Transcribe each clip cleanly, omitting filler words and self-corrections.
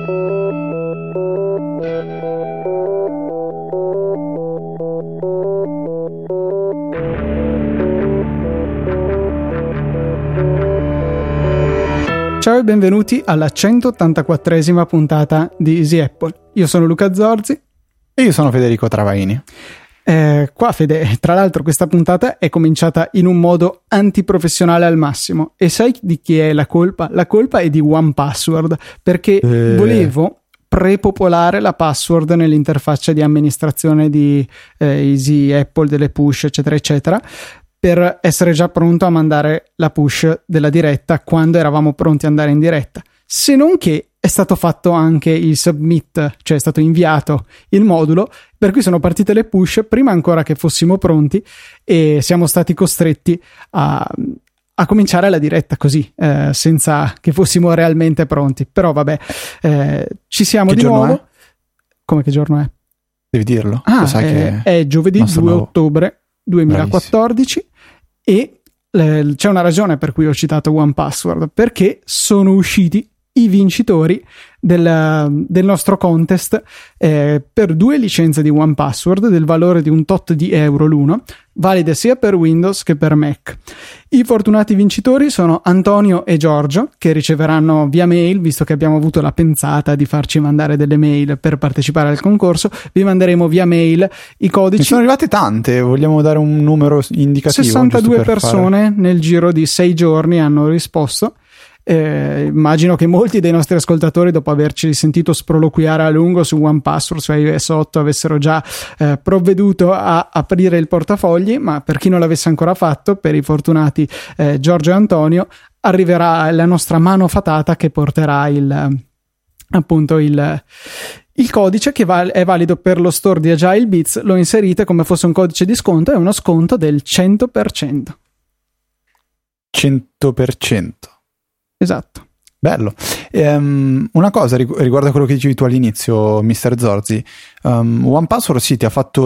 Ciao e benvenuti alla 184esima puntata di Easy Apple. Io sono Luca Zorzi. E io sono Federico Travaini. Qua Fede, tra l'altro questa puntata è cominciata in un modo antiprofessionale al massimo. E sai di chi è la colpa? La colpa è di OnePassword, perché volevo prepopolare la password nell'interfaccia di amministrazione di Easy Apple, delle push eccetera eccetera, per essere già pronto a mandare la push della diretta quando eravamo pronti ad andare in diretta. Se non che è stato fatto anche il submit, cioè è stato inviato il modulo, per cui sono partite le push prima ancora che fossimo pronti e siamo stati costretti a cominciare la diretta così, senza che fossimo realmente pronti. Però vabbè, ci siamo che di nuovo. È? Come che giorno è? Devi dirlo. Sai che è giovedì 2 ottobre 2014. Bravissimo. E c'è una ragione per cui ho citato OnePassword, perché sono usciti i vincitori del nostro contest per 2 licenze di OnePassword del valore di un tot di euro l'uno, valide sia per Windows che per Mac. I fortunati vincitori sono Antonio e Giorgio, che riceveranno via mail, visto che abbiamo avuto la pensata di farci mandare delle mail per partecipare al concorso. Vi manderemo via mail i codici. Ne sono arrivate tante, vogliamo dare un numero indicativo? 62 persone nel giro di 6 giorni hanno risposto. Immagino che molti dei nostri ascoltatori, dopo averci sentito sproloquiare a lungo su OnePassword, su iOS 8, avessero già provveduto a aprire il portafogli, ma per chi non l'avesse ancora fatto, per i fortunati Giorgio e Antonio, arriverà la nostra mano fatata che porterà il codice, che è valido per lo store di Agile Beats. Lo inserite come fosse un codice di sconto, è uno sconto del 100%. 100%. Esatto. Bello. Una cosa riguardo a quello che dicevi tu all'inizio, Mr. Zorzi. OnePassword sì, ti ha fatto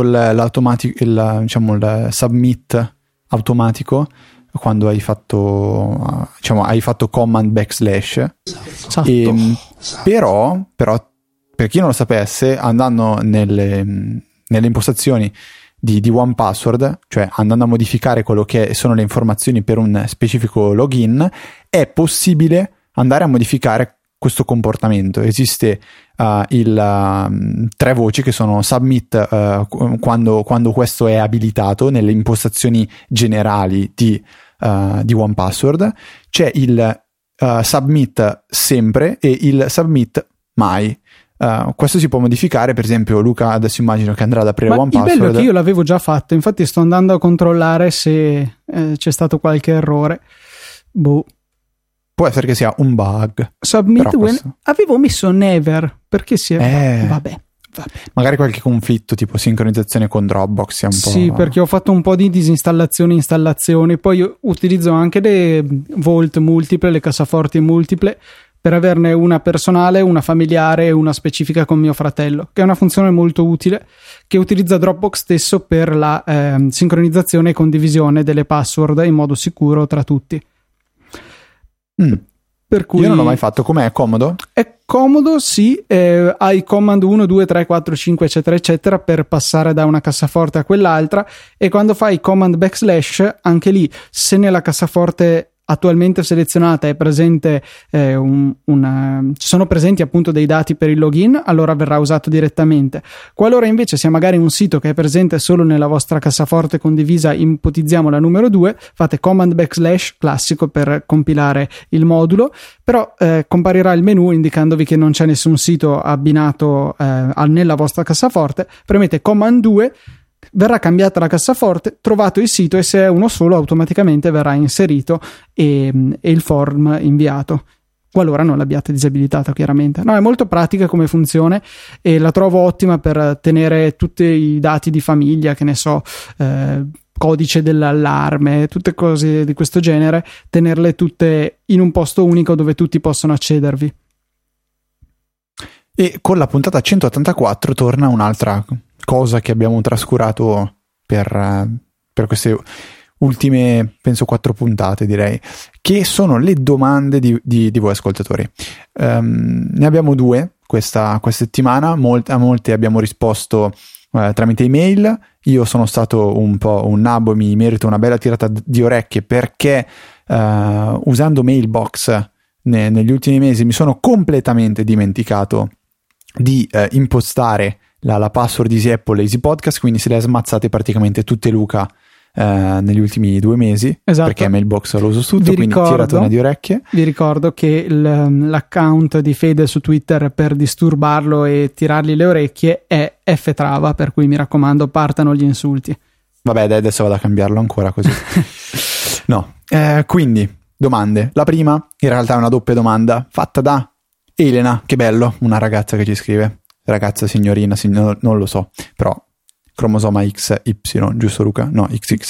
il submit automatico quando hai fatto command backslash. Esatto. Però per chi non lo sapesse, andando nelle impostazioni di OnePassword, cioè andando a modificare quello che sono le informazioni per un specifico login, è possibile andare a modificare questo comportamento. Esiste 3 voci che sono submit quando questo è abilitato nelle impostazioni generali di OnePassword, c'è il submit sempre e il submit mai. Questo si può modificare. Per esempio Luca adesso immagino che andrà ad aprire OnePassword. Il bello è che io l'avevo già fatto, infatti sto andando a controllare se c'è stato qualche errore. Può essere che sia un bug. Submit when... Avevo messo never, perché si è... Vabbè. Magari qualche conflitto tipo sincronizzazione con Dropbox è un po'... Sì, perché ho fatto un po' di disinstallazioni e installazioni. Poi io utilizzo anche le Vault multiple, le cassaforti multiple, per averne una personale, una familiare e una specifica con mio fratello, che è una funzione molto utile, che utilizza Dropbox stesso per la sincronizzazione e condivisione delle password in modo sicuro tra tutti. Per cui io non l'ho mai fatto. Com'è? È comodo? È comodo, sì. Hai command 1, 2, 3, 4, 5 eccetera eccetera per passare da una cassaforte a quell'altra, e quando fai command backslash, anche lì, se nella cassaforte attualmente selezionata è presente ci sono presenti appunto dei dati per il login, allora verrà usato direttamente. Qualora invece sia magari un sito che è presente solo nella vostra cassaforte condivisa, ipotizziamo la numero 2, fate command backslash classico per compilare il modulo, però comparirà il menu indicandovi che non c'è nessun sito abbinato nella vostra cassaforte. Premete command 2, verrà cambiata la cassaforte, trovato il sito, e se è uno solo automaticamente verrà inserito e il form inviato, qualora non l'abbiate disabilitato chiaramente. No, è molto pratica come funzione e la trovo ottima per tenere tutti i dati di famiglia, che ne so, codice dell'allarme, tutte cose di questo genere, tenerle tutte in un posto unico dove tutti possono accedervi. E con la puntata 184 torna un'altra cosa che abbiamo trascurato per queste ultime, penso 4 puntate direi, che sono le domande di voi ascoltatori. Ne abbiamo 2 questa settimana, a molte abbiamo risposto tramite email. Io sono stato un po' un nabbo e mi merito una bella tirata di orecchie perché usando Mailbox negli ultimi mesi mi sono completamente dimenticato di impostare la password Easy Apple e Easy Podcast, quindi se le ha smazzate praticamente tutte Luca negli ultimi 2 mesi. Esatto. Perché Mailbox lo uso tutto, quindi tiratona di orecchie. Vi ricordo che l'account di Fede su Twitter per disturbarlo e tirargli le orecchie è ftrava, per cui mi raccomando partano gli insulti. Vabbè, dai, adesso vado a cambiarlo ancora così. No, quindi domande. La prima in realtà è una doppia domanda fatta da Elena, che bello, una ragazza che ci scrive. Ragazza, signorina, non lo so, però cromosoma XY, giusto Luca? No,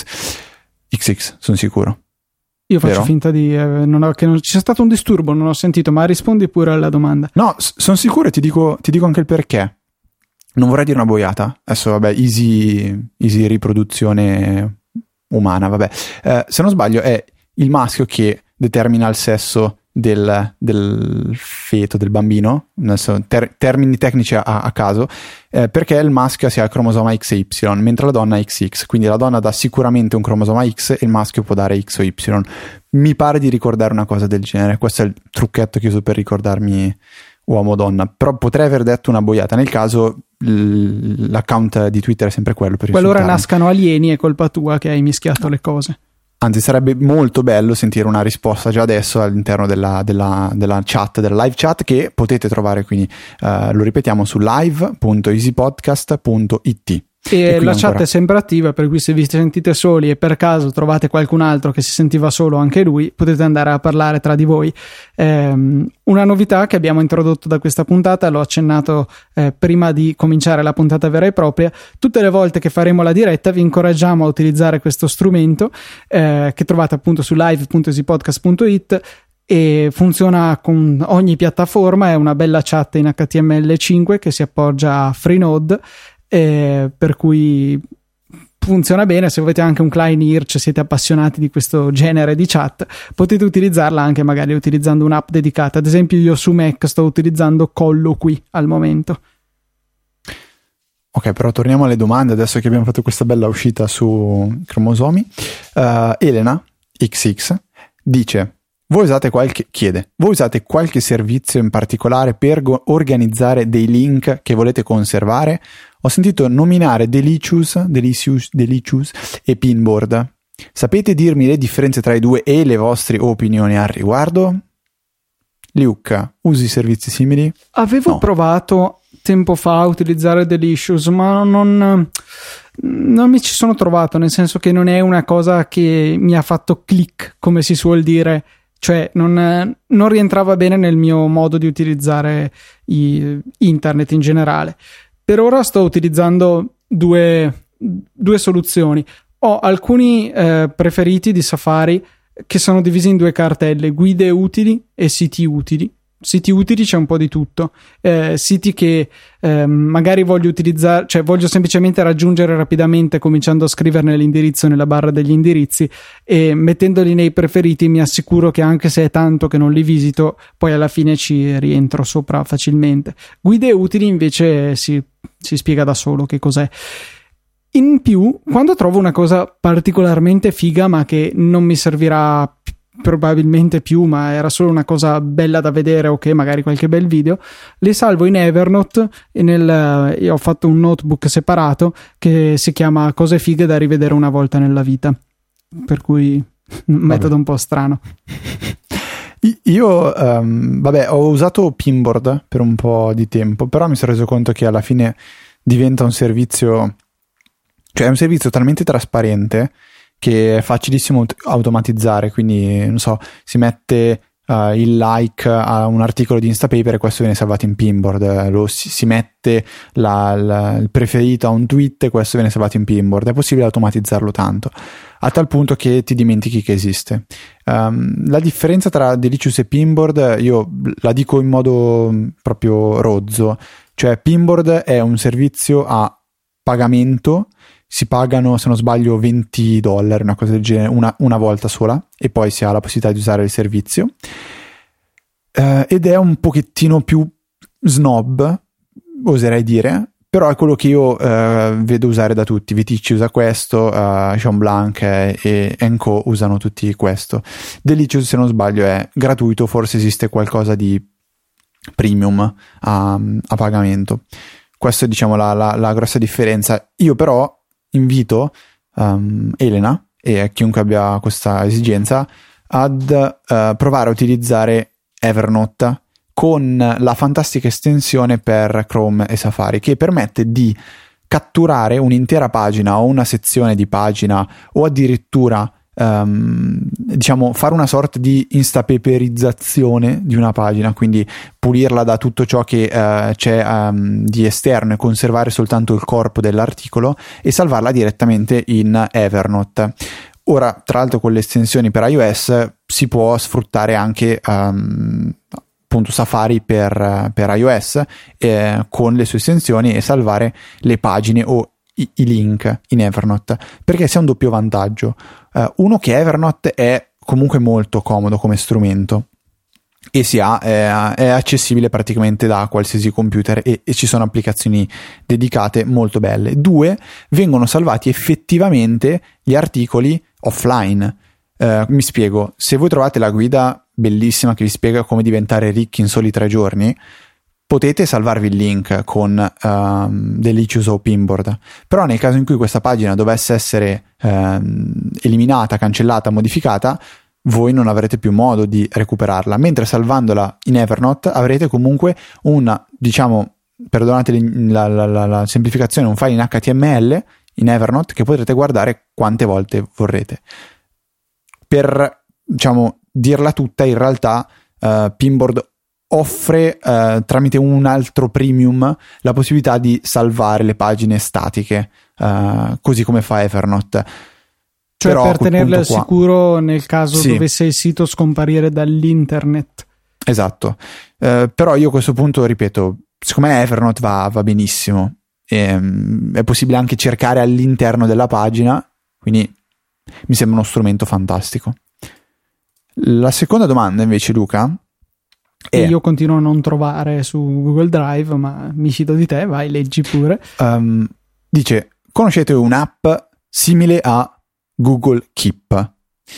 XX, sono sicuro. Io faccio finta di che non ci sia stato un disturbo, non ho sentito, ma rispondi pure alla domanda. No, sono sicuro e ti dico anche il perché. Non vorrei dire una boiata. Adesso vabbè, easy riproduzione umana, vabbè. Se non sbaglio è il maschio che determina il sesso del feto, del bambino, adesso termini tecnici a caso, perché il maschio si ha il cromosoma XY, mentre la donna ha XX, quindi la donna dà sicuramente un cromosoma X e il maschio può dare X o Y. Mi pare di ricordare una cosa del genere, questo è il trucchetto che uso per ricordarmi uomo o donna, però potrei aver detto una boiata, nel caso l'account di Twitter è sempre quello per qualora nascano alieni è colpa tua che hai mischiato le cose. Anzi, sarebbe molto bello sentire una risposta già adesso all'interno della chat, della live chat, che potete trovare, quindi lo ripetiamo, su live.easypodcast.it. E la chat è sempre attiva, per cui se vi sentite soli e per caso trovate qualcun altro che si sentiva solo anche lui, potete andare a parlare tra di voi. Una novità che abbiamo introdotto da questa puntata, l'ho accennato prima di cominciare la puntata vera e propria: tutte le volte che faremo la diretta vi incoraggiamo a utilizzare questo strumento che trovate appunto su live.easypodcast.it e funziona con ogni piattaforma. È una bella chat in HTML5 che si appoggia a Freenode, per cui funziona bene. Se avete anche un Klein Hirsch, siete appassionati di questo genere di chat, potete utilizzarla anche magari utilizzando un'app dedicata. Ad esempio io su Mac sto utilizzando Colloqui al momento. Ok, però torniamo alle domande adesso che abbiamo fatto questa bella uscita su cromosomi. Elena XX dice: voi usate qualche servizio in particolare per organizzare dei link che volete conservare? Ho sentito nominare Delicious e Pinboard. Sapete dirmi le differenze tra i due e le vostre opinioni al riguardo? Luca, usi servizi simili? Avevo provato tempo fa a utilizzare Delicious, ma non mi ci sono trovato, nel senso che non è una cosa che mi ha fatto click, come si suol dire. Cioè non rientrava bene nel mio modo di utilizzare internet in generale. Per ora sto utilizzando due soluzioni. Ho alcuni preferiti di Safari che sono divisi in 2 cartelle: guide utili e siti utili. Siti utili c'è un po' di tutto, siti che magari voglio utilizzare, cioè voglio semplicemente raggiungere rapidamente cominciando a scriverne l'indirizzo nella barra degli indirizzi, e mettendoli nei preferiti mi assicuro che anche se è tanto che non li visito poi alla fine ci rientro sopra facilmente. Guide utili invece si spiega da solo che cos'è. In più, quando trovo una cosa particolarmente figa ma che non mi servirà probabilmente più, ma era solo una cosa bella da vedere o che magari qualche bel video, le salvo in Evernote e io ho fatto un notebook separato che si chiama Cose fighe da rivedere una volta nella vita, per cui metodo un po' strano. Io ho usato Pinboard per un po' di tempo, però mi sono reso conto che alla fine diventa un servizio, cioè è un servizio talmente trasparente che è facilissimo automatizzare, quindi non so, si mette il like a un articolo di Instapaper e questo viene salvato in Pinboard, si mette il preferito a un tweet e questo viene salvato in Pinboard. È possibile automatizzarlo tanto, a tal punto che ti dimentichi che esiste. La differenza tra Delicious e Pinboard io la dico in modo proprio rozzo, cioè Pinboard è un servizio a pagamento si pagano, se non sbaglio, $20, una cosa del genere, una volta sola, e poi si ha la possibilità di usare il servizio. Ed è un pochettino più snob, oserei dire, però è quello che io vedo usare da tutti. Viticci usa questo, Jean Blanc e Co usano tutti questo. Delicious, se non sbaglio, è gratuito, forse esiste qualcosa di premium a pagamento. Questa è, diciamo, la grossa differenza. Io però invito Elena e chiunque abbia questa esigenza ad provare a utilizzare Evernote con la fantastica estensione per Chrome e Safari, che permette di catturare un'intera pagina o una sezione di pagina, o addirittura diciamo fare una sorta di instapaperizzazione di una pagina, quindi pulirla da tutto ciò che c'è di esterno e conservare soltanto il corpo dell'articolo e salvarla direttamente in Evernote. Ora, tra l'altro, con le estensioni per iOS si può sfruttare anche appunto Safari per iOS con le sue estensioni e salvare le pagine o i link in Evernote, perché c'è un doppio vantaggio. Uno, che Evernote è comunque molto comodo come strumento e è accessibile praticamente da qualsiasi computer e ci sono applicazioni dedicate molto belle. Due, vengono salvati effettivamente gli articoli offline. Mi spiego: se voi trovate la guida bellissima che vi spiega come diventare ricchi in soli 3 giorni, potete salvarvi il link con Delicious o Pinboard, però nel caso in cui questa pagina dovesse essere eliminata, cancellata, modificata, voi non avrete più modo di recuperarla, mentre salvandola in Evernote avrete comunque diciamo, perdonate la semplificazione, un file in HTML in Evernote che potrete guardare quante volte vorrete. Per, diciamo, dirla tutta, in realtà Pinboard offre tramite un altro premium la possibilità di salvare le pagine statiche, così come fa Evernote. Cioè, però per tenerle al sicuro nel caso dovesse il sito scomparire dall'internet. Esatto. Però io a questo punto, ripeto, secondo me Evernote va benissimo. È possibile anche cercare all'interno della pagina, quindi mi sembra uno strumento fantastico. La seconda domanda invece, Luca, e io continuo a non trovare su Google Drive, ma mi fido di te, vai, leggi pure. Dice: conoscete un'app simile a Google Keep?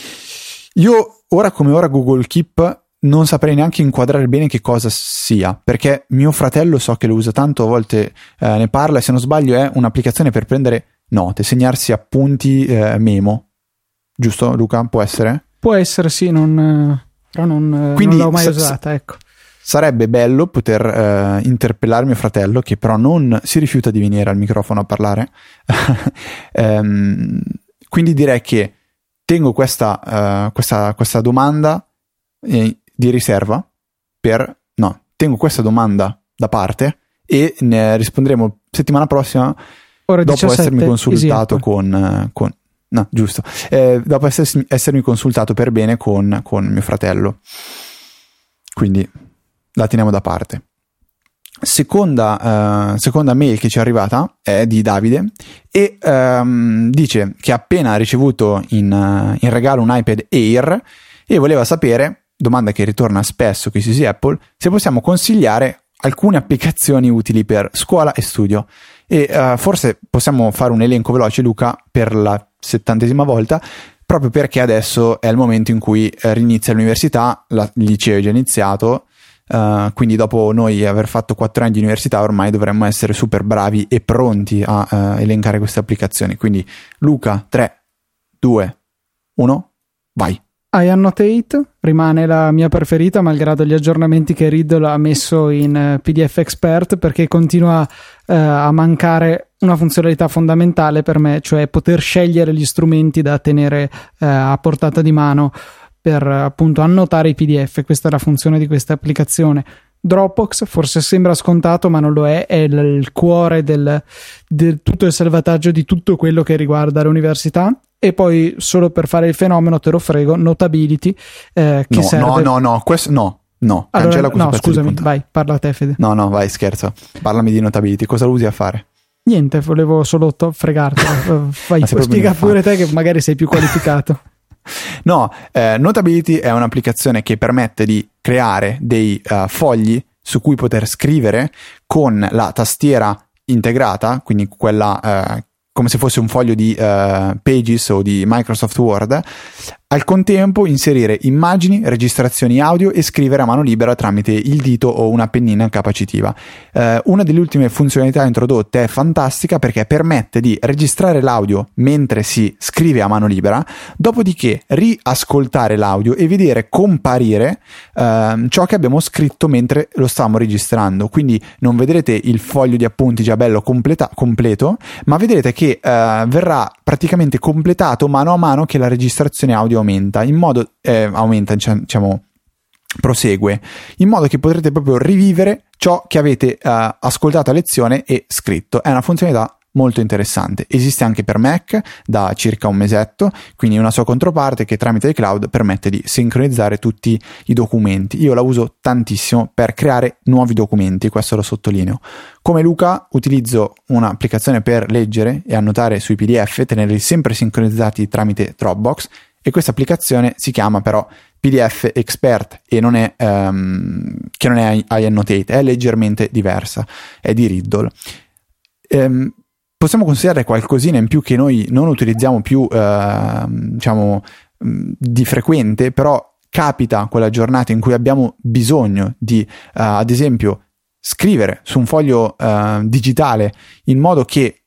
Io ora come ora Google Keep non saprei neanche inquadrare bene che cosa sia, perché mio fratello so che lo usa tanto, a volte ne parla, e se non sbaglio è un'applicazione per prendere note, segnarsi appunti, memo, giusto Luca? Può essere? Può essere, sì, però non l'ho mai usata, ecco. Sarebbe bello poter interpellare mio fratello, che però non si rifiuta di venire al microfono a parlare. Quindi direi che tengo questa domanda di riserva tengo questa domanda da parte e ne risponderemo settimana prossima, ora dopo 17, essermi consultato dopo essermi consultato per bene con mio fratello. Quindi la teniamo da parte. Seconda mail che ci è arrivata è di Davide e dice che ha appena ricevuto in regalo un iPad Air e voleva sapere, domanda che ritorna spesso qui su Easy Apple, se possiamo consigliare alcune applicazioni utili per scuola e studio. E forse possiamo fare un elenco veloce, Luca, per la 70ª volta, proprio perché adesso è il momento in cui rinizia l'università, il liceo è già iniziato, quindi dopo noi aver fatto 4 anni di università ormai dovremmo essere super bravi e pronti a elencare queste applicazioni. Quindi Luca, 3, 2, 1, vai. iAnnotate rimane la mia preferita, malgrado gli aggiornamenti che Riddle ha messo in PDF Expert, perché continua a mancare una funzionalità fondamentale per me, cioè poter scegliere gli strumenti da tenere a portata di mano per appunto annotare i PDF. Questa è la funzione di questa applicazione. Dropbox forse sembra scontato, ma non lo è il cuore del tutto il salvataggio di tutto quello che riguarda l'università. E poi, solo per fare il fenomeno, te lo frego, Notability, che serve... questo no. Allora, no, scusami, vai, parla a te, Fede. No, vai, scherzo. Parlami di Notability, cosa lo usi a fare? Niente, volevo solo fregarti. Spiega pure te che magari sei più qualificato. No, Notability è un'applicazione che permette di creare dei fogli su cui poter scrivere con la tastiera integrata, quindi quella come se fosse un foglio di Pages o di Microsoft Word. Al contempo inserire immagini, registrazioni audio e scrivere a mano libera tramite il dito o una pennina capacitiva. Una delle ultime funzionalità introdotte è fantastica perché permette di registrare l'audio mentre si scrive a mano libera, dopodiché riascoltare l'audio e vedere comparire ciò che abbiamo scritto mentre lo stavamo registrando. Quindi non vedrete il foglio di appunti già bello completo, ma vedrete che verrà praticamente completato mano a mano che la registrazione audio prosegue, in modo che potrete proprio rivivere ciò che avete ascoltato a lezione e scritto. È una funzionalità molto interessante. Esiste anche per Mac da circa un mesetto, quindi una sua controparte che tramite il cloud permette di sincronizzare tutti i documenti. Io la uso tantissimo per creare nuovi documenti, questo lo sottolineo. Come Luca utilizzo un'applicazione per leggere e annotare sui PDF, tenerli sempre sincronizzati tramite Dropbox, e questa applicazione si chiama però PDF Expert e non è iAnnotate, è leggermente diversa, è di Riddle. Possiamo considerare qualcosina in più che noi non utilizziamo più di frequente, però capita quella giornata in cui abbiamo bisogno di ad esempio scrivere su un foglio digitale in modo che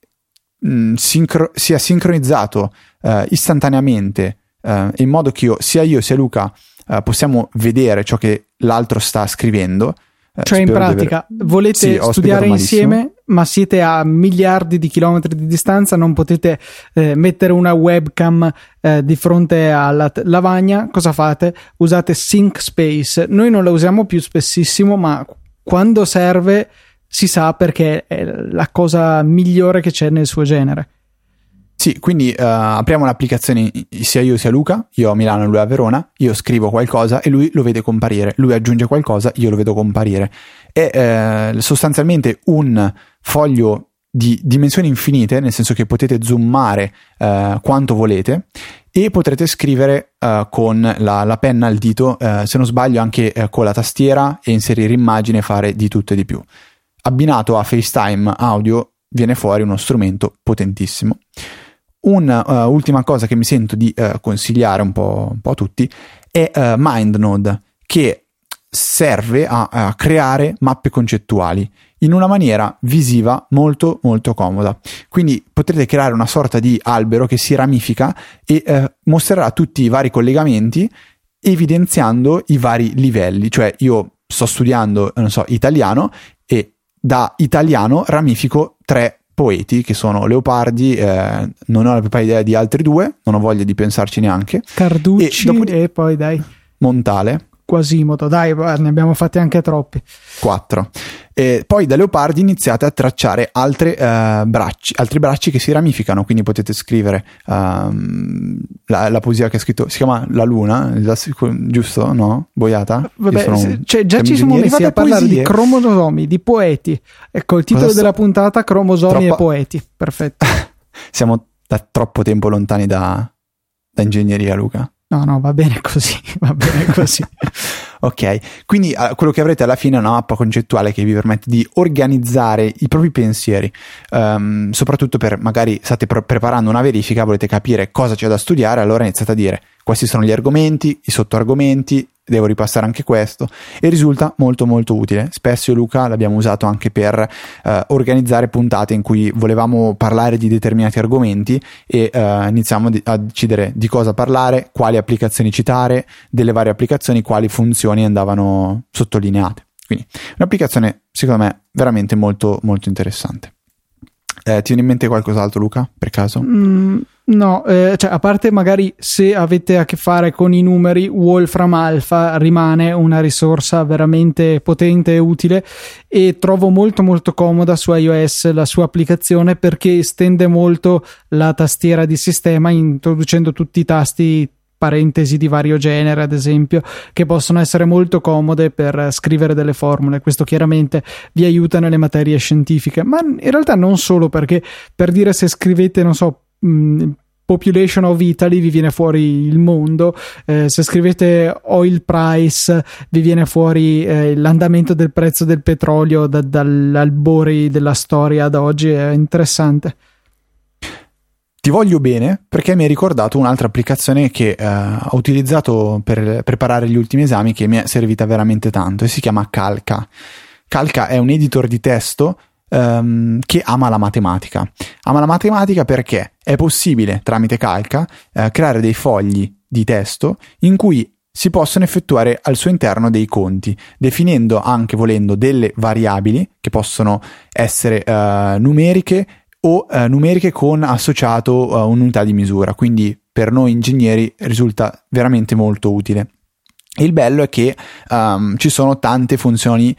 sia sincronizzato istantaneamente, in modo che sia io sia Luca possiamo vedere ciò che l'altro sta scrivendo. Cioè in pratica volete studiare insieme, ma siete a miliardi di chilometri di distanza, non potete mettere una webcam di fronte alla lavagna. Cosa fate? Usate ThinkSpace. Noi non la usiamo più spessissimo, ma quando serve si sa, perché è la cosa migliore che c'è nel suo genere. Sì, quindi apriamo l'applicazione sia io sia Luca, io a Milano e lui a Verona, io scrivo qualcosa e lui lo vede comparire, lui aggiunge qualcosa, io lo vedo comparire. È sostanzialmente un foglio di dimensioni infinite, nel senso che potete zoomare quanto volete e potrete scrivere con la penna al dito, se non sbaglio anche con la tastiera, e inserire immagini e fare di tutto e di più. Abbinato a FaceTime audio viene fuori uno strumento potentissimo. Ultima cosa che mi sento di consigliare un po' a tutti è MindNode, che serve a creare mappe concettuali in una maniera visiva molto molto comoda. Quindi potrete creare una sorta di albero che si ramifica e mostrerà tutti i vari collegamenti, evidenziando i vari livelli. Cioè io sto studiando, non so, italiano, e da italiano ramifico 3 poeti che sono Leopardi, non ho la più idea di altri 2, non ho voglia di pensarci neanche, Carducci e poi dai Montale, Quasimodo, dai, ne abbiamo fatti anche troppi, 4. E poi da Leopardi iniziate a tracciare altri bracci che si ramificano, quindi potete scrivere la poesia che ha scritto, si chiama La Luna, giusto? No? Boiata? Vabbè, già ci siamo messi a parlare di cromosomi, di poeti. Ecco il titolo della puntata: cromosomi e poeti. Perfetto. Siamo da troppo tempo lontani da ingegneria, Luca. No, va bene così, va bene così. Ok, quindi quello che avrete alla fine è una mappa concettuale che vi permette di organizzare i propri pensieri, soprattutto per magari state preparando una verifica, volete capire cosa c'è da studiare, allora iniziate a dire: questi sono gli argomenti, i sottoargomenti, devo ripassare anche questo, e risulta molto molto utile. Spesso io e Luca l'abbiamo usato anche per organizzare puntate in cui volevamo parlare di determinati argomenti e iniziamo a decidere di cosa parlare, quali applicazioni citare, delle varie applicazioni, quali funzioni andavano sottolineate. Quindi un'applicazione secondo me veramente molto molto interessante. Ti viene in mente qualcos'altro, Luca, per caso? No, cioè a parte magari se avete a che fare con i numeri, Wolfram Alpha rimane una risorsa veramente potente e utile, e trovo molto molto comoda su iOS la sua applicazione, perché estende molto la tastiera di sistema introducendo tutti i tasti parentesi di vario genere, ad esempio, che possono essere molto comode per scrivere delle formule. Questo chiaramente vi aiuta nelle materie scientifiche, ma in realtà non solo, perché per dire, se scrivete, non so, Population of Italy, vi viene fuori il mondo, se scrivete oil price vi viene fuori l'andamento del prezzo del petrolio dall'albori della storia ad oggi. È interessante. Ti voglio bene perché mi hai ricordato un'altra applicazione che ho utilizzato per preparare gli ultimi esami, che mi è servita veramente tanto, e si chiama Calca. Calca è un editor di testo che ama la matematica. Ama la matematica perché è possibile tramite Calca creare dei fogli di testo in cui si possono effettuare al suo interno dei conti, definendo anche, volendo, delle variabili che possono essere numeriche o numeriche con associato un'unità di misura. Quindi per noi ingegneri risulta veramente molto utile. E il bello è che ci sono tante funzioni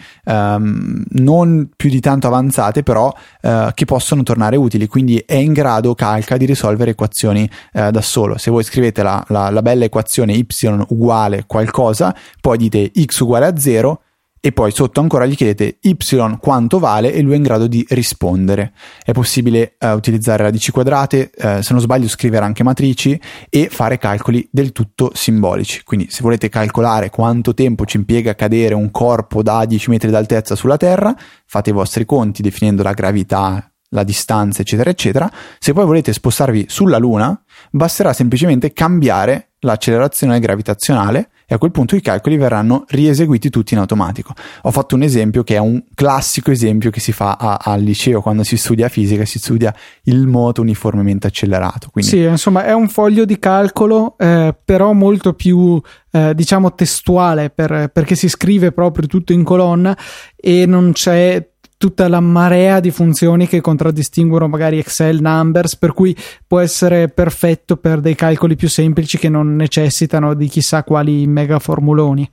non più di tanto avanzate, però che possono tornare utili. Quindi è in grado Calca di risolvere equazioni da solo. Se voi scrivete la bella equazione y uguale qualcosa, poi dite x uguale a 0 e poi sotto ancora gli chiedete y quanto vale, e lui è in grado di rispondere. È possibile utilizzare radici quadrate, se non sbaglio scrivere anche matrici e fare calcoli del tutto simbolici. Quindi se volete calcolare quanto tempo ci impiega a cadere un corpo da 10 metri d'altezza sulla Terra, fate i vostri conti definendo la gravità, la distanza, eccetera eccetera. Se poi volete spostarvi sulla Luna, basterà semplicemente cambiare l'accelerazione gravitazionale e a quel punto i calcoli verranno rieseguiti tutti in automatico. Ho fatto un esempio che è un classico esempio che si fa al liceo quando si studia fisica, si studia il moto uniformemente accelerato. Quindi... Sì, insomma è un foglio di calcolo però molto più diciamo testuale, perché si scrive proprio tutto in colonna e non c'è tutta la marea di funzioni che contraddistinguono magari Excel, Numbers, per cui può essere perfetto per dei calcoli più semplici che non necessitano di chissà quali mega formuloni.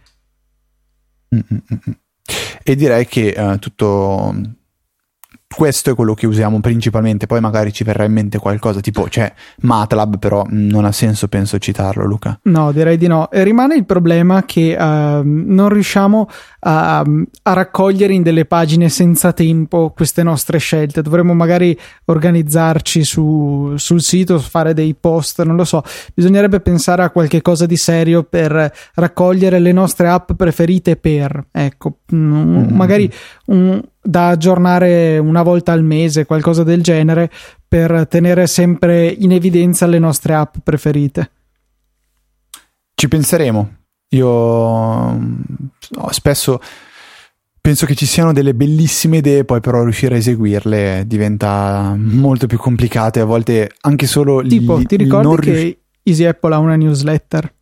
E direi che tutto questo è quello che usiamo principalmente. Poi magari ci verrà in mente qualcosa tipo c'è MATLAB, però non ha senso, penso, citarlo, Luca. No, direi di no. E rimane il problema che non riusciamo a raccogliere in delle pagine senza tempo queste nostre scelte. Dovremmo magari organizzarci sul sito, fare dei post, non lo so. Bisognerebbe pensare a qualche cosa di serio per raccogliere le nostre app preferite magari da aggiornare una volta al mese, qualcosa del genere, per tenere sempre in evidenza le nostre app preferite. Ci penseremo. Io spesso penso che ci siano delle bellissime idee, poi però riuscire a eseguirle diventa molto più complicato, e a volte anche solo tipo ti ricordi che Easy Apple ha una newsletter?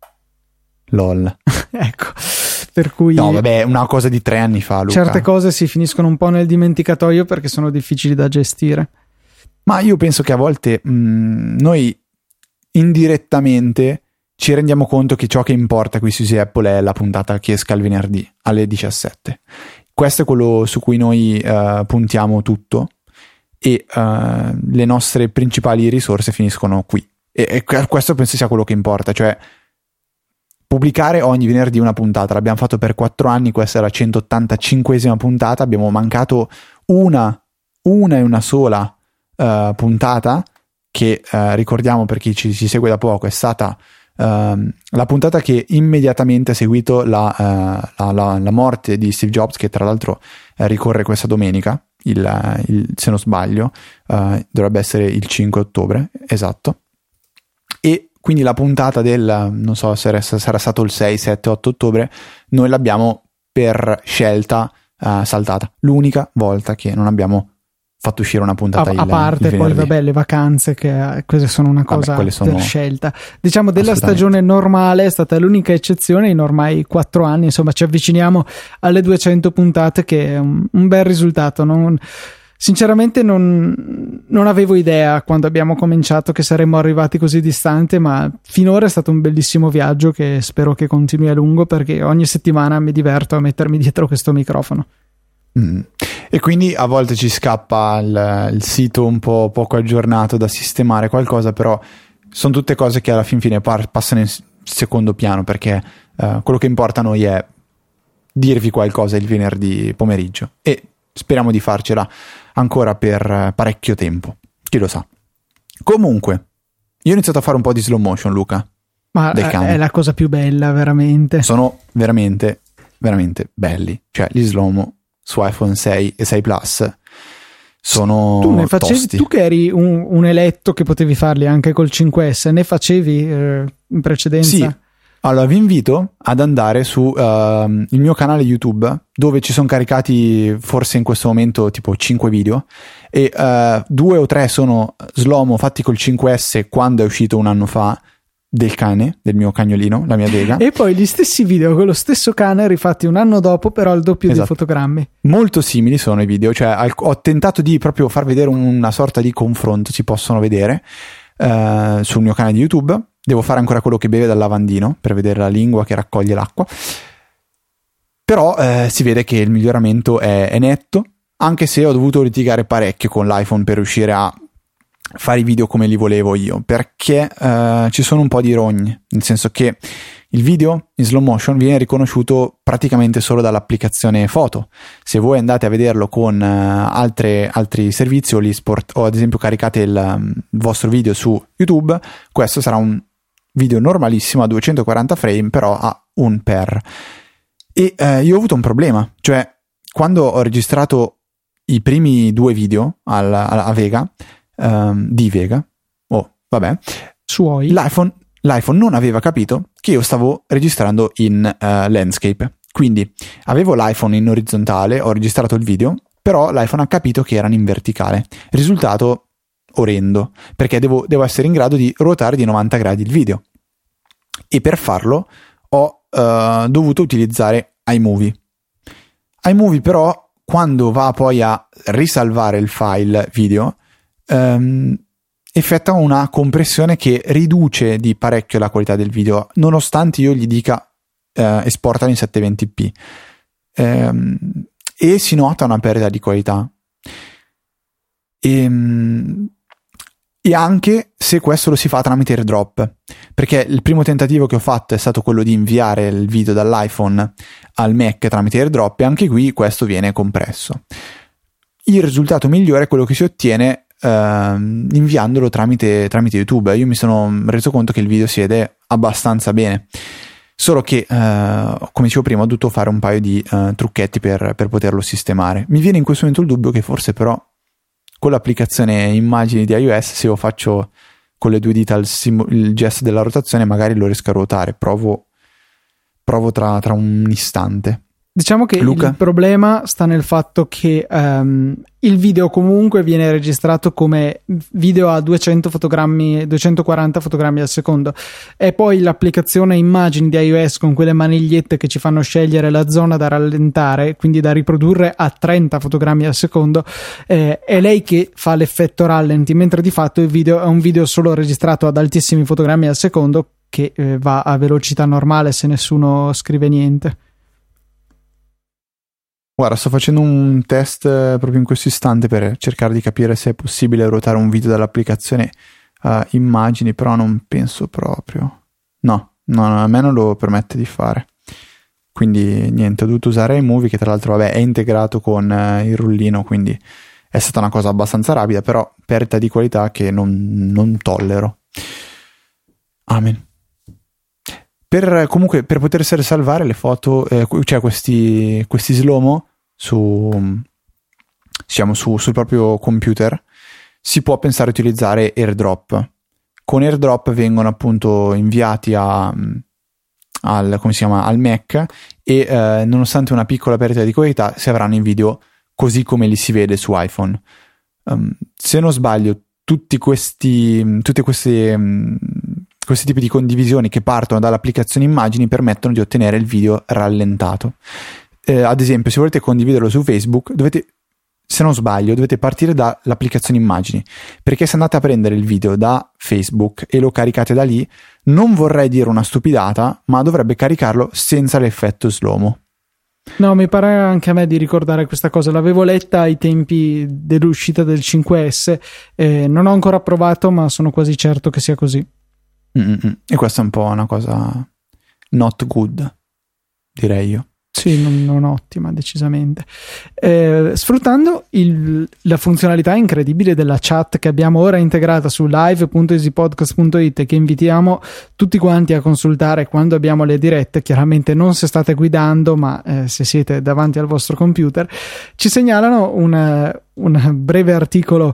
LOL. Ecco, per cui no, vabbè, una cosa di 3 anni fa, Luca. Certe cose si finiscono un po' nel dimenticatoio perché sono difficili da gestire. Ma io penso che a volte noi indirettamente ci rendiamo conto che ciò che importa qui su Easy Apple è la puntata che esca il venerdì alle 17. Questo è quello su cui noi puntiamo tutto, e le nostre principali risorse finiscono qui. E questo penso sia quello che importa, cioè pubblicare ogni venerdì una puntata. L'abbiamo fatto per 4 anni, questa è la 185esima puntata, abbiamo mancato una e una sola puntata che ricordiamo, per chi ci segue da poco, è stata la puntata che immediatamente ha seguito la morte di Steve Jobs, che tra l'altro ricorre questa domenica, se non sbaglio dovrebbe essere il 5 ottobre, esatto. E quindi la puntata non so se sarà stato il 6, 7, 8 ottobre, noi l'abbiamo per scelta saltata. L'unica volta che non abbiamo fatto uscire una puntata a parte il poi vabbè le vacanze, che queste sono una cosa per scelta, diciamo, della stagione normale. È stata l'unica eccezione in ormai 4 anni, insomma ci avviciniamo alle 200 puntate, che è un bel risultato. Sinceramente non avevo idea quando abbiamo cominciato che saremmo arrivati così distante, ma finora è stato un bellissimo viaggio che spero che continui a lungo, perché ogni settimana mi diverto a mettermi dietro questo microfono. E quindi a volte ci scappa il sito un po' poco aggiornato da sistemare qualcosa, però sono tutte cose che alla fine passano in secondo piano, perché quello che importa a noi è dirvi qualcosa il venerdì pomeriggio, e speriamo di farcela ancora per parecchio tempo, chi lo sa. Comunque, io ho iniziato a fare un po' di slow motion, Luca. Ma è la cosa più bella, veramente. Sono veramente, veramente belli. Cioè, gli slow-mo su iPhone 6 e 6 Plus sono tu ne facevi, tosti. Tu che eri un eletto che potevi farli anche col 5S, ne facevi in precedenza? Sì. Allora, vi invito ad andare su il mio canale YouTube, dove ci sono caricati forse in questo momento tipo 5 video, e 2 o 3 sono slow-mo fatti col 5S quando è uscito un anno fa, del cane, del mio cagnolino, la mia Vega. E poi gli stessi video con lo stesso cane rifatti un anno dopo, però al doppio di fotogrammi. Molto simili sono i video, cioè ho tentato di proprio far vedere una sorta di confronto, si possono vedere sul mio canale di YouTube. Devo fare ancora quello che beve dal lavandino per vedere la lingua che raccoglie l'acqua, però si vede che il miglioramento è netto, anche se ho dovuto litigare parecchio con l'iPhone per riuscire a fare i video come li volevo io, perché ci sono un po' di rogni, nel senso che il video in slow motion viene riconosciuto praticamente solo dall'applicazione foto. Se voi andate a vederlo con altri servizi, o ad esempio caricate il vostro video su YouTube, questo sarà un video normalissimo a 240 frame, però a 1x. E io ho avuto un problema, cioè quando ho registrato i primi 2 video a Vega, di Vega, suoi, l'iPhone non aveva capito che io stavo registrando in landscape, quindi avevo l'iPhone in orizzontale, ho registrato il video, però l'iPhone ha capito che erano in verticale. Risultato orrendo, perché devo essere in grado di ruotare di 90 gradi il video, e per farlo ho dovuto utilizzare iMovie. iMovie però, quando va poi a risalvare il file video, effettua una compressione che riduce di parecchio la qualità del video, nonostante io gli dica esportalo in 720p, e si nota una perdita di qualità, e anche se questo lo si fa tramite AirDrop, perché il primo tentativo che ho fatto è stato quello di inviare il video dall'iPhone al Mac tramite AirDrop, e anche qui questo viene compresso. Il risultato migliore è quello che si ottiene inviandolo tramite YouTube. Io mi sono reso conto che il video si vede abbastanza bene, solo che come dicevo prima ho dovuto fare un paio di trucchetti per poterlo sistemare. Mi viene in questo momento il dubbio che forse però con l'applicazione immagini di iOS, se io faccio con le 2 dita il gesto della rotazione, magari lo riesco a ruotare. Provo tra un istante. Diciamo che Luca? Il problema sta nel fatto che il video comunque viene registrato come video a 240 fotogrammi al secondo, e poi l'applicazione immagini di iOS con quelle manigliette che ci fanno scegliere la zona da rallentare, quindi da riprodurre a 30 fotogrammi al secondo, è lei che fa l'effetto rallenti, mentre di fatto il video è un video solo registrato ad altissimi fotogrammi al secondo che va a velocità normale se nessuno scrive niente. Guarda, sto facendo un test proprio in questo istante per cercare di capire se è possibile ruotare un video dall'applicazione immagini, però non penso proprio. No, a me non lo permette di fare. Quindi niente, ho dovuto usare iMovie, che tra l'altro è integrato con il rullino, quindi è stata una cosa abbastanza rapida, però perdita di qualità che non tollero. Amen. Comunque, per poter salvare le foto, cioè questi slow-mo sul proprio computer, si può pensare a utilizzare AirDrop. Con AirDrop vengono appunto inviati al Mac, e nonostante una piccola perdita di qualità si avranno i video così come li si vede su iPhone. Se non sbaglio, tutti questi tipi di condivisioni che partono dall'applicazione immagini permettono di ottenere il video rallentato. Ad esempio, se volete condividerlo su Facebook, se non sbaglio, dovete partire dall'applicazione immagini, perché se andate a prendere il video da Facebook e lo caricate da lì, non vorrei dire una stupidata, ma dovrebbe caricarlo senza l'effetto slow-mo. No, mi pare anche a me di ricordare questa cosa, l'avevo letta ai tempi dell'uscita del 5S, non ho ancora provato, ma sono quasi certo che sia così. E questa è un po' una cosa not good, direi io. Sì, non ottima, decisamente. Sfruttando la funzionalità incredibile della chat che abbiamo ora integrata su live.easypodcast.it e che invitiamo tutti quanti a consultare quando abbiamo le dirette, chiaramente non se state guidando, ma se siete davanti al vostro computer, ci segnalano un breve articolo,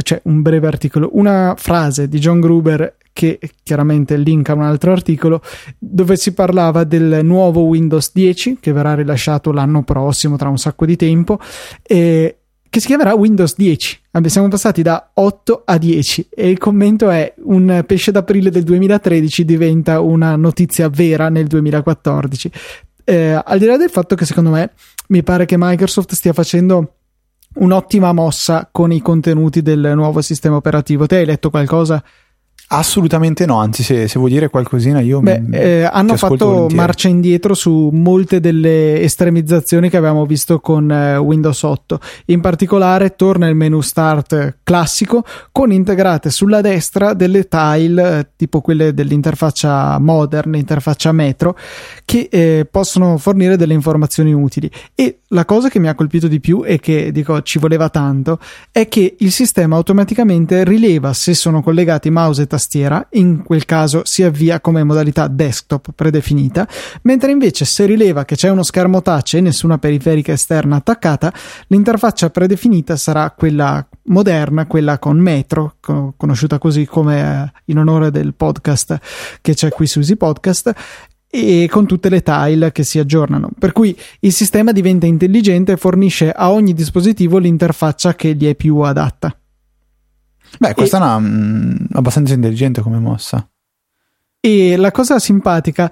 una frase di John Gruber che chiaramente linka un altro articolo dove si parlava del nuovo Windows 10 che verrà rilasciato l'anno prossimo, tra un sacco di tempo, e che si chiamerà Windows 10. Siamo passati da 8 a 10 e il commento è: un pesce d'aprile del 2013 diventa una notizia vera nel 2014. Al di là del fatto che secondo me mi pare che Microsoft stia facendo un'ottima mossa con i contenuti del nuovo sistema operativo. Te hai letto qualcosa? Assolutamente no, anzi se vuoi dire qualcosina io hanno fatto volentieri. Marcia indietro su molte delle estremizzazioni che avevamo visto con Windows 8. In particolare torna il menu Start classico con integrate sulla destra delle tile tipo quelle dell'interfaccia Modern, interfaccia Metro, che possono fornire delle informazioni utili. E la cosa che mi ha colpito di più e che dico ci voleva tanto è che il sistema automaticamente rileva se sono collegati mouse e tastiera, in quel caso si avvia come modalità desktop predefinita, mentre invece se rileva che c'è uno schermo touch e nessuna periferica esterna attaccata, l'interfaccia predefinita sarà quella moderna, quella con Metro, conosciuta così come in onore del podcast che c'è qui su Easy Podcast, e con tutte le tile che si aggiornano, per cui il sistema diventa intelligente e fornisce a ogni dispositivo l'interfaccia che gli è più adatta. Beh, questa è una abbastanza intelligente come mossa. E la cosa simpatica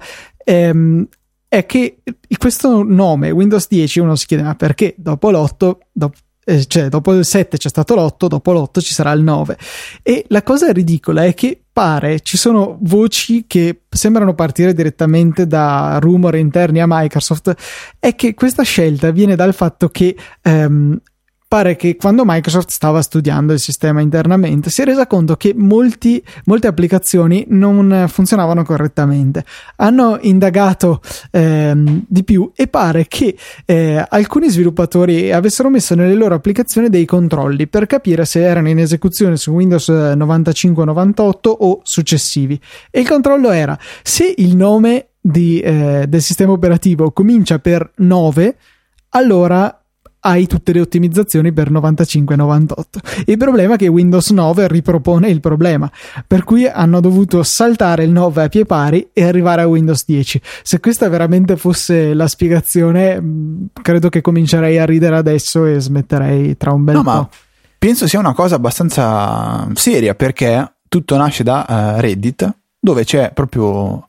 è che questo nome Windows 10 uno si chiede: ma perché dopo l'8 dopo il 7 c'è stato l'8, dopo l'8 ci sarà il 9? E la cosa ridicola è che ci sono voci che sembrano partire direttamente da rumor interni a Microsoft, è che questa scelta viene dal fatto che pare che quando Microsoft stava studiando il sistema internamente si è resa conto che molte applicazioni non funzionavano correttamente. Hanno indagato di più e pare che alcuni sviluppatori avessero messo nelle loro applicazioni dei controlli per capire se erano in esecuzione su Windows 95-98 o successivi, e il controllo era: se il nome del sistema operativo comincia per 9, allora hai tutte le ottimizzazioni per 95-98. Il problema è che Windows 9 ripropone il problema, per cui hanno dovuto saltare il 9 a pie pari e arrivare a Windows 10. Se questa veramente fosse la spiegazione, credo che comincerei a ridere adesso e smetterei tra un bel po'. Ma penso sia una cosa abbastanza seria, perché tutto nasce da Reddit, dove c'è proprio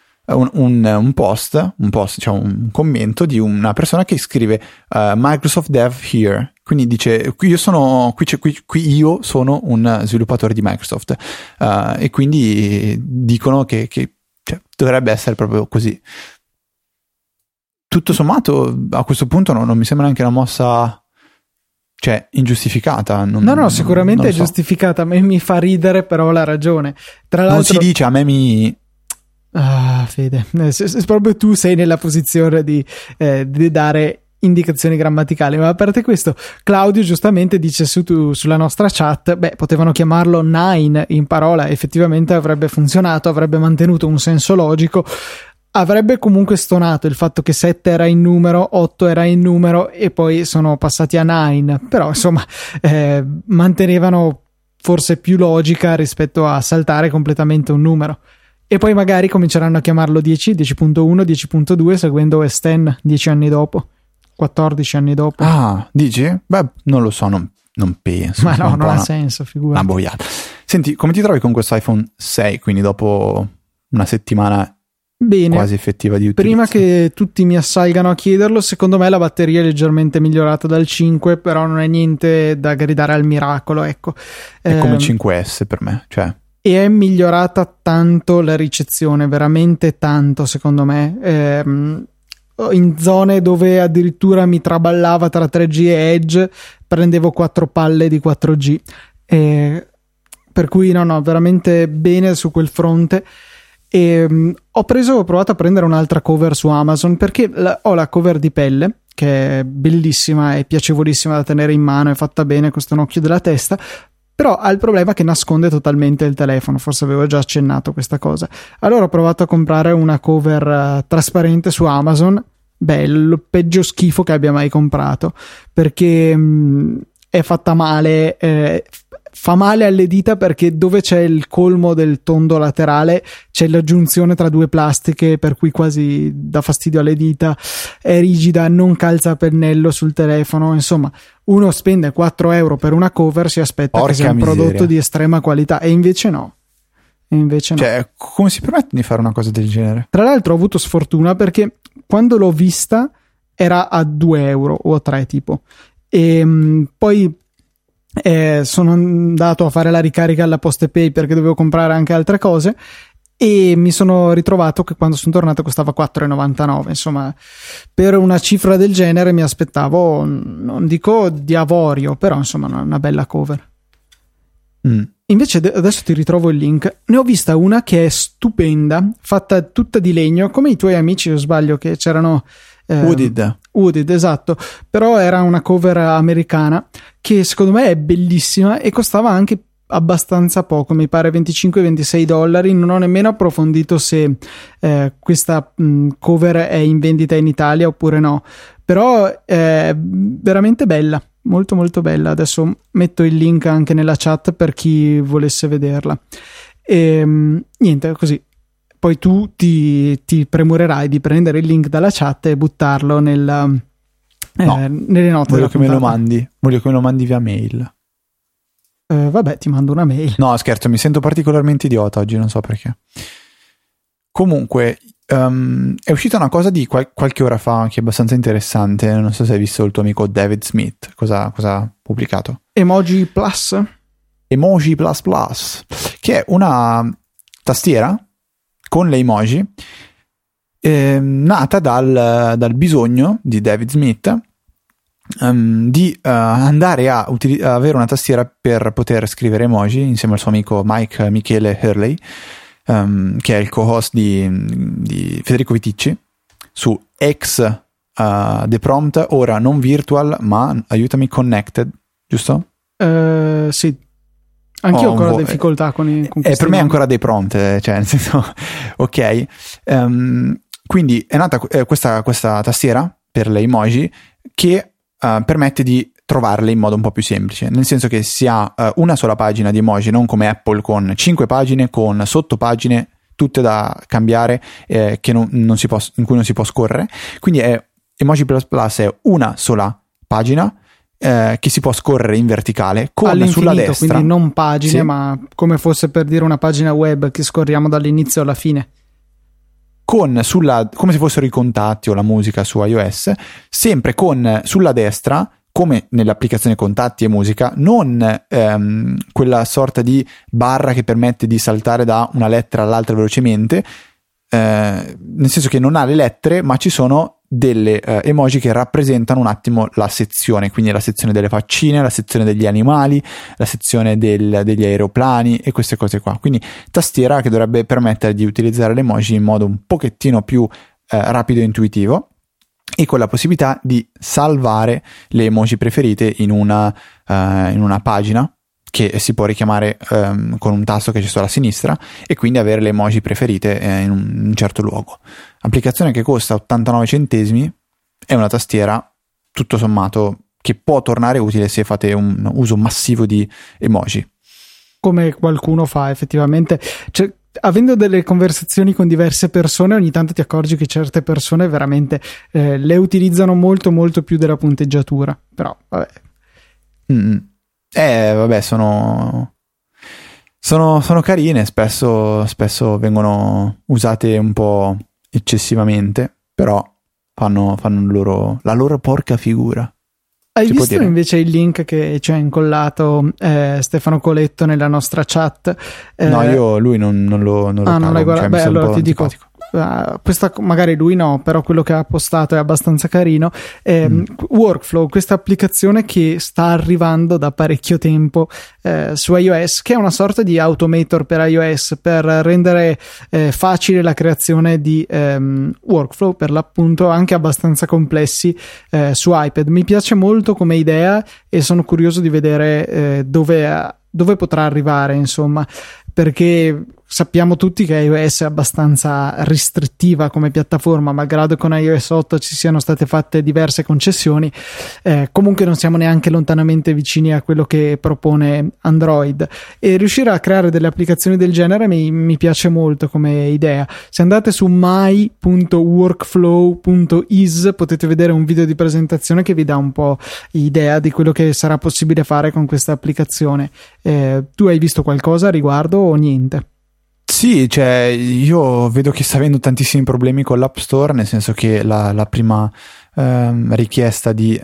un post, cioè un commento di una persona che scrive Microsoft Dev here, quindi dice io sono un sviluppatore di Microsoft, e quindi dicono che cioè, dovrebbe essere proprio così. Tutto sommato a questo punto non mi sembra neanche una mossa, cioè, ingiustificata. No, sicuramente è giustificata. A me mi fa ridere, però ha la ragione. Tra l'altro, non si dice, a me mi... Fede, se proprio tu sei nella posizione di dare indicazioni grammaticali. Ma a parte questo, Claudio giustamente dice sulla nostra chat: beh, potevano chiamarlo Nine in parola, effettivamente avrebbe funzionato, avrebbe mantenuto un senso logico, avrebbe comunque stonato il fatto che 7 era in numero, 8 era in numero e poi sono passati a Nine, però insomma mantenevano forse più logica rispetto a saltare completamente un numero. E poi magari cominceranno a chiamarlo 10, 10.1, 10.2 seguendo OS X 10 anni dopo, 14 anni dopo. Ah, dici? Beh, non lo so, non penso. Ma no, non ha senso, figurati. Una boiata. Senti, come ti trovi con questo iPhone 6, quindi dopo una settimana bene, quasi effettiva di utilizzo? Prima che tutti mi assalgano a chiederlo, secondo me la batteria è leggermente migliorata dal 5, però non è niente da gridare al miracolo, ecco. È come il 5S per me, cioè... E è migliorata tanto la ricezione, veramente tanto, secondo me. In zone dove addirittura mi traballava tra 3G e Edge prendevo 4 palle di 4G. per cui no, veramente bene su quel fronte. E ho provato a prendere un'altra cover su Amazon, perché ho la cover di pelle che è bellissima e piacevolissima da tenere in mano, è fatta bene, costa un occhio della testa, però ha il problema che nasconde totalmente il telefono. Forse avevo già accennato questa cosa. Allora ho provato a comprare una cover trasparente su Amazon. Bello, peggio schifo che abbia mai comprato, perché è fatta male, fa male alle dita, perché dove c'è il colmo del tondo laterale c'è la giunzione tra due plastiche, per cui quasi dà fastidio alle dita, è rigida, non calza a pennello sul telefono. Insomma, uno spende 4 euro per una cover, si aspetta che sia un prodotto di estrema qualità, e invece no. Cioè, come si permette di fare una cosa del genere? Tra l'altro ho avuto sfortuna, perché quando l'ho vista era a 2 euro o a 3 tipo, e poi sono andato a fare la ricarica alla PostePay perché dovevo comprare anche altre cose, e mi sono ritrovato che quando sono tornato costava 4,99. Insomma, per una cifra del genere mi aspettavo, non dico di avorio, però insomma una bella cover. Invece adesso ti ritrovo il link. Ne ho vista una che è stupenda, fatta tutta di legno, come i tuoi amici, o sbaglio, che c'erano Wooded, esatto, però era una cover americana che secondo me è bellissima e costava anche abbastanza poco, mi pare $25-26. Non ho nemmeno approfondito se questa cover è in vendita in Italia oppure no, però è veramente bella, molto molto bella. Adesso metto il link anche nella chat per chi volesse vederla. E niente, così poi tu ti premurerai di prendere il link dalla chat e buttarlo nelle note. Voglio che me lo mandi via mail. Vabbè, ti mando una mail. No, scherzo, mi sento particolarmente idiota oggi, non so perché. Comunque è uscita una cosa di qualche ora fa che è abbastanza interessante. Non so se hai visto il tuo amico David Smith cosa ha pubblicato. Emoji Plus, che è una tastiera con le emoji nata dal bisogno di David Smith di andare a avere una tastiera per poter scrivere emoji insieme al suo amico Michele Hurley, che è il co-host di Federico Viticci su X The Prompt, ora non virtual ma aiutami connected, giusto? Sì. Anch'io ho ancora difficoltà con per me è ancora dei prompt, cioè nel senso ok. Quindi è nata questa tastiera per le emoji che permette di trovarle in modo un po' più semplice, nel senso che si ha una sola pagina di emoji, non come Apple con 5 pagine con sottopagine tutte da cambiare, in cui non si può scorrere. Quindi Emoji Plus è una sola pagina che si può scorrere in verticale con sulla destra, quindi non pagine, sì, ma come fosse per dire una pagina web che scorriamo dall'inizio alla fine, come se fossero i contatti o la musica su iOS, sempre con sulla destra, come nell'applicazione contatti e musica, non quella sorta di barra che permette di saltare da una lettera all'altra velocemente, nel senso che non ha le lettere ma ci sono delle emoji che rappresentano un attimo la sezione, quindi la sezione delle faccine, la sezione degli animali, la sezione degli aeroplani e queste cose qua. Quindi tastiera che dovrebbe permettere di utilizzare le emoji in modo un pochettino più rapido e intuitivo, e con la possibilità di salvare le emoji preferite in una pagina che si può richiamare con un tasto che c'è sulla sinistra, e quindi avere le emoji preferite in un certo luogo. Applicazione che costa 89 centesimi, è una tastiera tutto sommato che può tornare utile se fate un uso massivo di emoji, come qualcuno fa effettivamente. Cioè, avendo delle conversazioni con diverse persone, ogni tanto ti accorgi che certe persone veramente le utilizzano molto molto più della punteggiatura, però vabbè. Vabbè, sono carine, spesso vengono usate un po' eccessivamente, però fanno la loro porca figura. Hai visto invece il link che ci ha incollato Stefano Coletto nella nostra chat? No, io lui non lo non l'hai guardato. Beh, allora ti dico, questa magari lui no, però quello che ha postato è abbastanza carino. Workflow, questa applicazione che sta arrivando da parecchio tempo su iOS, che è una sorta di automator per iOS per rendere facile la creazione di workflow, per l'appunto anche abbastanza complessi su iPad. Mi piace molto come idea e sono curioso di vedere dove potrà arrivare, insomma, perché sappiamo tutti che iOS è abbastanza restrittiva come piattaforma, malgrado con iOS 8 ci siano state fatte diverse concessioni. Comunque non siamo neanche lontanamente vicini a quello che propone Android, e riuscire a creare delle applicazioni del genere mi piace molto come idea. Se andate su my.workflow.is potete vedere un video di presentazione che vi dà un po' idea di quello che sarà possibile fare con questa applicazione. Tu hai visto qualcosa a riguardo o niente? Sì, cioè io vedo che sta avendo tantissimi problemi con l'App Store, nel senso che la prima richiesta di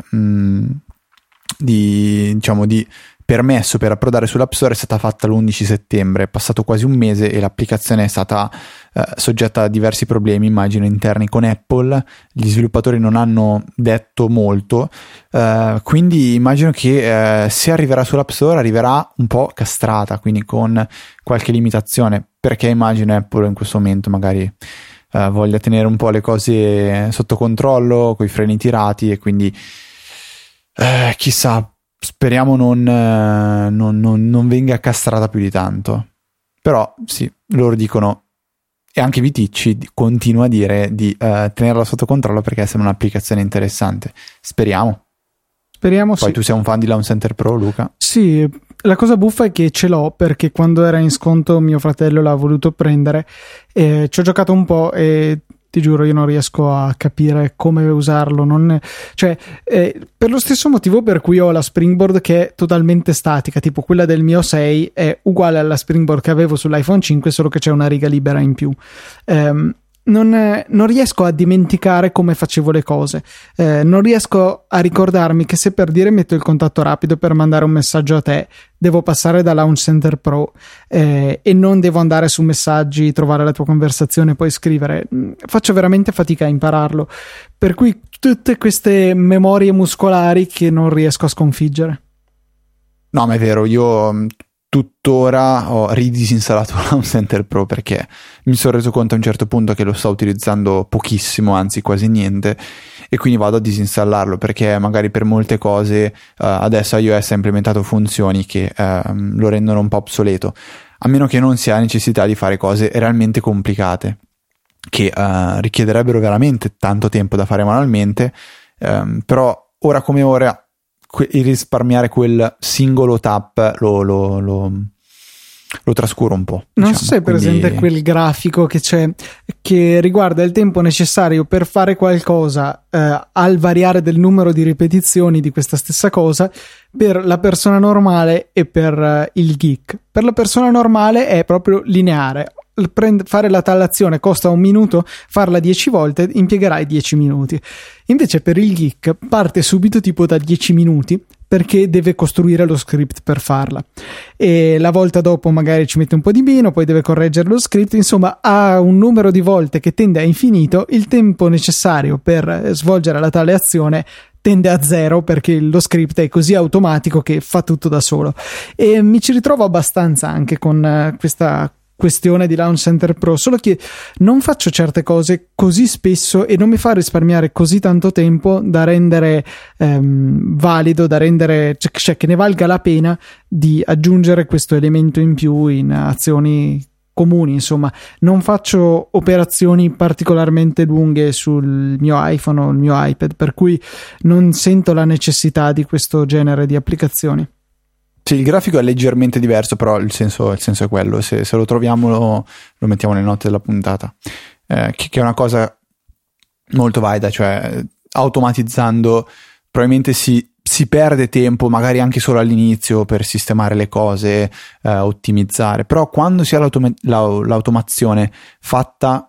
permesso per approdare sull'App Store è stata fatta l'11 settembre, è passato quasi un mese e l'applicazione è stata soggetta a diversi problemi, immagino, interni con Apple. Gli sviluppatori non hanno detto molto, quindi immagino che se arriverà sull'App Store arriverà un po' castrata, quindi con qualche limitazione, perché immagino Apple in questo momento magari voglia tenere un po' le cose sotto controllo, coi freni tirati, e quindi chissà, speriamo non venga castrata più di tanto. Però sì, loro dicono, e anche Viticci continua a dire di tenerla sotto controllo perché sembra un'applicazione interessante. Speriamo. Poi sì. Tu sei un fan di Launch Center Pro, Luca? Sì, la cosa buffa è che ce l'ho perché quando era in sconto mio fratello l'ha voluto prendere e ci ho giocato un po' e ti giuro io non riesco a capire come usarlo, per lo stesso motivo per cui ho la Springboard che è totalmente statica, tipo quella del mio 6 è uguale alla Springboard che avevo sull'iPhone 5, solo che c'è una riga libera in più. Non riesco a dimenticare come facevo le cose, non riesco a ricordarmi che se per dire metto il contatto rapido per mandare un messaggio a te devo passare da Launch Center Pro e non devo andare su messaggi, trovare la tua conversazione e poi scrivere. Faccio veramente fatica a impararlo, per cui tutte queste memorie muscolari che non riesco a sconfiggere. No, ma è vero, io tuttora ho ridisinstallato Launch Center Pro perché mi sono reso conto a un certo punto che lo sto utilizzando pochissimo, anzi quasi niente, e quindi vado a disinstallarlo perché magari per molte cose adesso iOS ha implementato funzioni che lo rendono un po' obsoleto, a meno che non si ha necessità di fare cose realmente complicate che richiederebbero veramente tanto tempo da fare manualmente, però ora come ora il risparmiare quel singolo tap lo trascuro un po'. Non so se è presente quel grafico che c'è che riguarda il tempo necessario per fare qualcosa al variare del numero di ripetizioni di questa stessa cosa per la persona normale e per il geek. Per la persona normale è proprio lineare. Fare la tale azione costa 1 minuto, farla 10 volte impiegherai 10 minuti. Invece per il geek parte subito tipo da 10 minuti perché deve costruire lo script per farla, e la volta dopo magari ci mette un po' di meno, poi deve correggere lo script, insomma ha un numero di volte che tende a infinito. Il tempo necessario per svolgere la tale azione tende a 0 perché lo script è così automatico che fa tutto da solo, e mi ci ritrovo abbastanza anche con questa questione di Launch Center Pro, solo che non faccio certe cose così spesso e non mi fa risparmiare così tanto tempo da rendere valido, da rendere cioè che ne valga la pena di aggiungere questo elemento in più in azioni comuni. Insomma, non faccio operazioni particolarmente lunghe sul mio iPhone o il mio iPad, per cui non sento la necessità di questo genere di applicazioni. Sì, il grafico è leggermente diverso, però il senso è quello. Se lo troviamo lo mettiamo nelle note della puntata, che è una cosa molto valida, cioè automatizzando probabilmente si perde tempo, magari anche solo all'inizio per sistemare le cose, ottimizzare, però quando si ha l'automazione fatta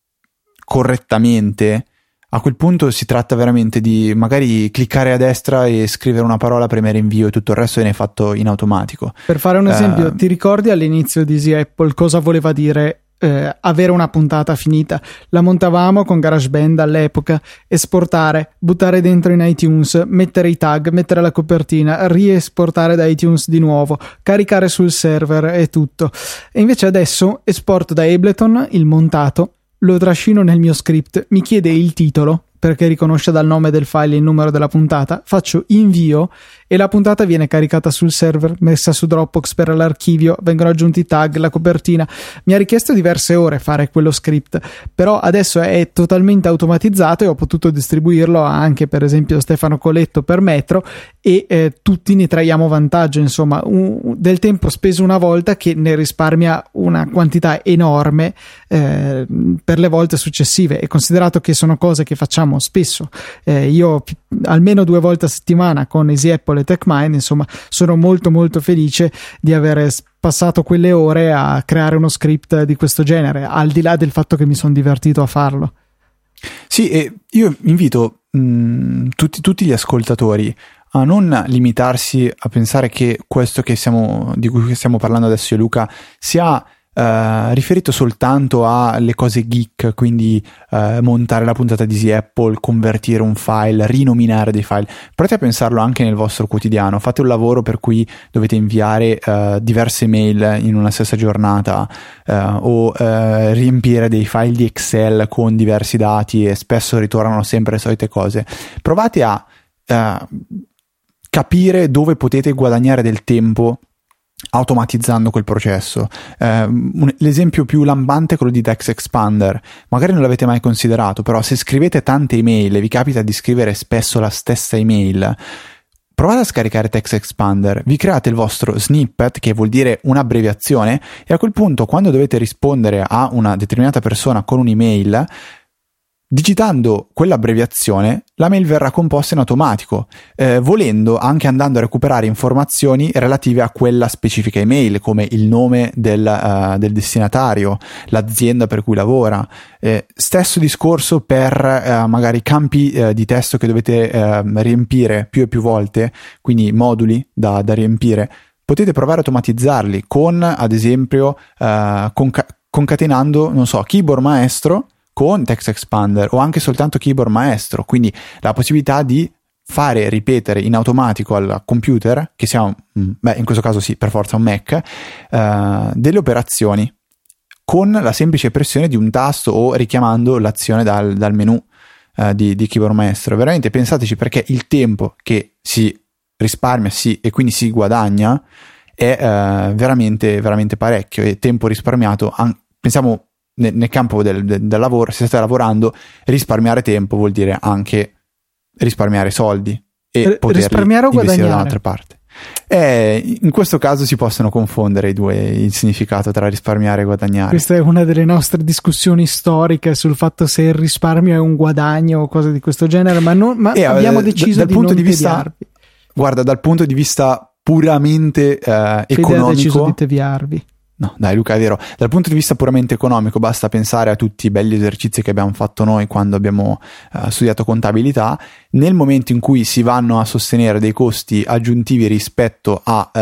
correttamente, a quel punto si tratta veramente di magari cliccare a destra e scrivere una parola, premere invio e tutto il resto viene fatto in automatico. Per fare un esempio, ti ricordi all'inizio di Easy Apple cosa voleva dire avere una puntata finita. La montavamo con GarageBand all'epoca, esportare, buttare dentro in iTunes, mettere i tag, mettere la copertina, riesportare da iTunes di nuovo, caricare sul server e tutto. E invece adesso esporto da Ableton il montato, lo trascino nel mio script, mi chiede il titolo perché riconosce dal nome del file il numero della puntata, faccio invio e la puntata viene caricata sul server, messa su Dropbox per l'archivio, vengono aggiunti i tag, la copertina. Mi ha richiesto diverse ore fare quello script, però adesso è totalmente automatizzato e ho potuto distribuirlo anche per esempio Stefano Coletto per Metro e tutti ne traiamo vantaggio, insomma, del tempo speso una volta che ne risparmia una quantità enorme per le volte successive, e considerato che sono cose che facciamo spesso, io almeno 2 volte a settimana con Easy Apple e TechMind, insomma sono molto molto felice di aver passato quelle ore a creare uno script di questo genere, al di là del fatto che mi sono divertito a farlo. Sì, e io invito tutti gli ascoltatori a non limitarsi a pensare che questo di cui stiamo parlando adesso io e Luca sia riferito soltanto alle cose geek, quindi montare la puntata di Easy Apple, convertire un file, rinominare dei file. Provate a pensarlo anche nel vostro quotidiano. Fate un lavoro per cui dovete inviare diverse mail in una stessa giornata o riempire dei file di Excel con diversi dati e spesso ritornano sempre le solite cose. Provate a capire dove potete guadagnare del tempo automatizzando quel processo. L'esempio più lampante è quello di Text Expander. Magari non l'avete mai considerato, però se scrivete tante email e vi capita di scrivere spesso la stessa email, provate a scaricare Text Expander, vi create il vostro snippet, che vuol dire un'abbreviazione, e a quel punto quando dovete rispondere a una determinata persona con un'email, digitando quell'abbreviazione, la mail verrà composta in automatico, volendo anche andando a recuperare informazioni relative a quella specifica email, come il nome del destinatario, l'azienda per cui lavora. Stesso discorso per magari campi di testo che dovete riempire più e più volte, quindi moduli da riempire. Potete provare a automatizzarli con, ad esempio, concatenando, non so, keyboard maestro con Text Expander, o anche soltanto keyboard maestro, quindi la possibilità di fare ripetere in automatico al computer, che sia in questo caso sì, per forza un Mac, delle operazioni con la semplice pressione di un tasto o richiamando l'azione dal menu di keyboard maestro. Veramente pensateci, perché il tempo che si risparmia e quindi si guadagna è veramente veramente parecchio, e tempo risparmiato pensiamo nel campo del lavoro. Se state lavorando, risparmiare tempo vuol dire anche risparmiare soldi e poterli risparmiare o investire da guadagnare un'altra parte. In questo caso si possono confondere il significato tra risparmiare e guadagnare. Questa è una delle nostre discussioni storiche sul fatto se il risparmio è un guadagno o cose di questo genere, ma abbiamo deciso di non tediarvi. Guarda, dal punto di vista puramente economico, ha deciso di tediarvi. No, dai Luca, è vero. Dal punto di vista puramente economico basta pensare a tutti i belli esercizi che abbiamo fatto noi quando abbiamo studiato contabilità. Nel momento in cui si vanno a sostenere dei costi aggiuntivi rispetto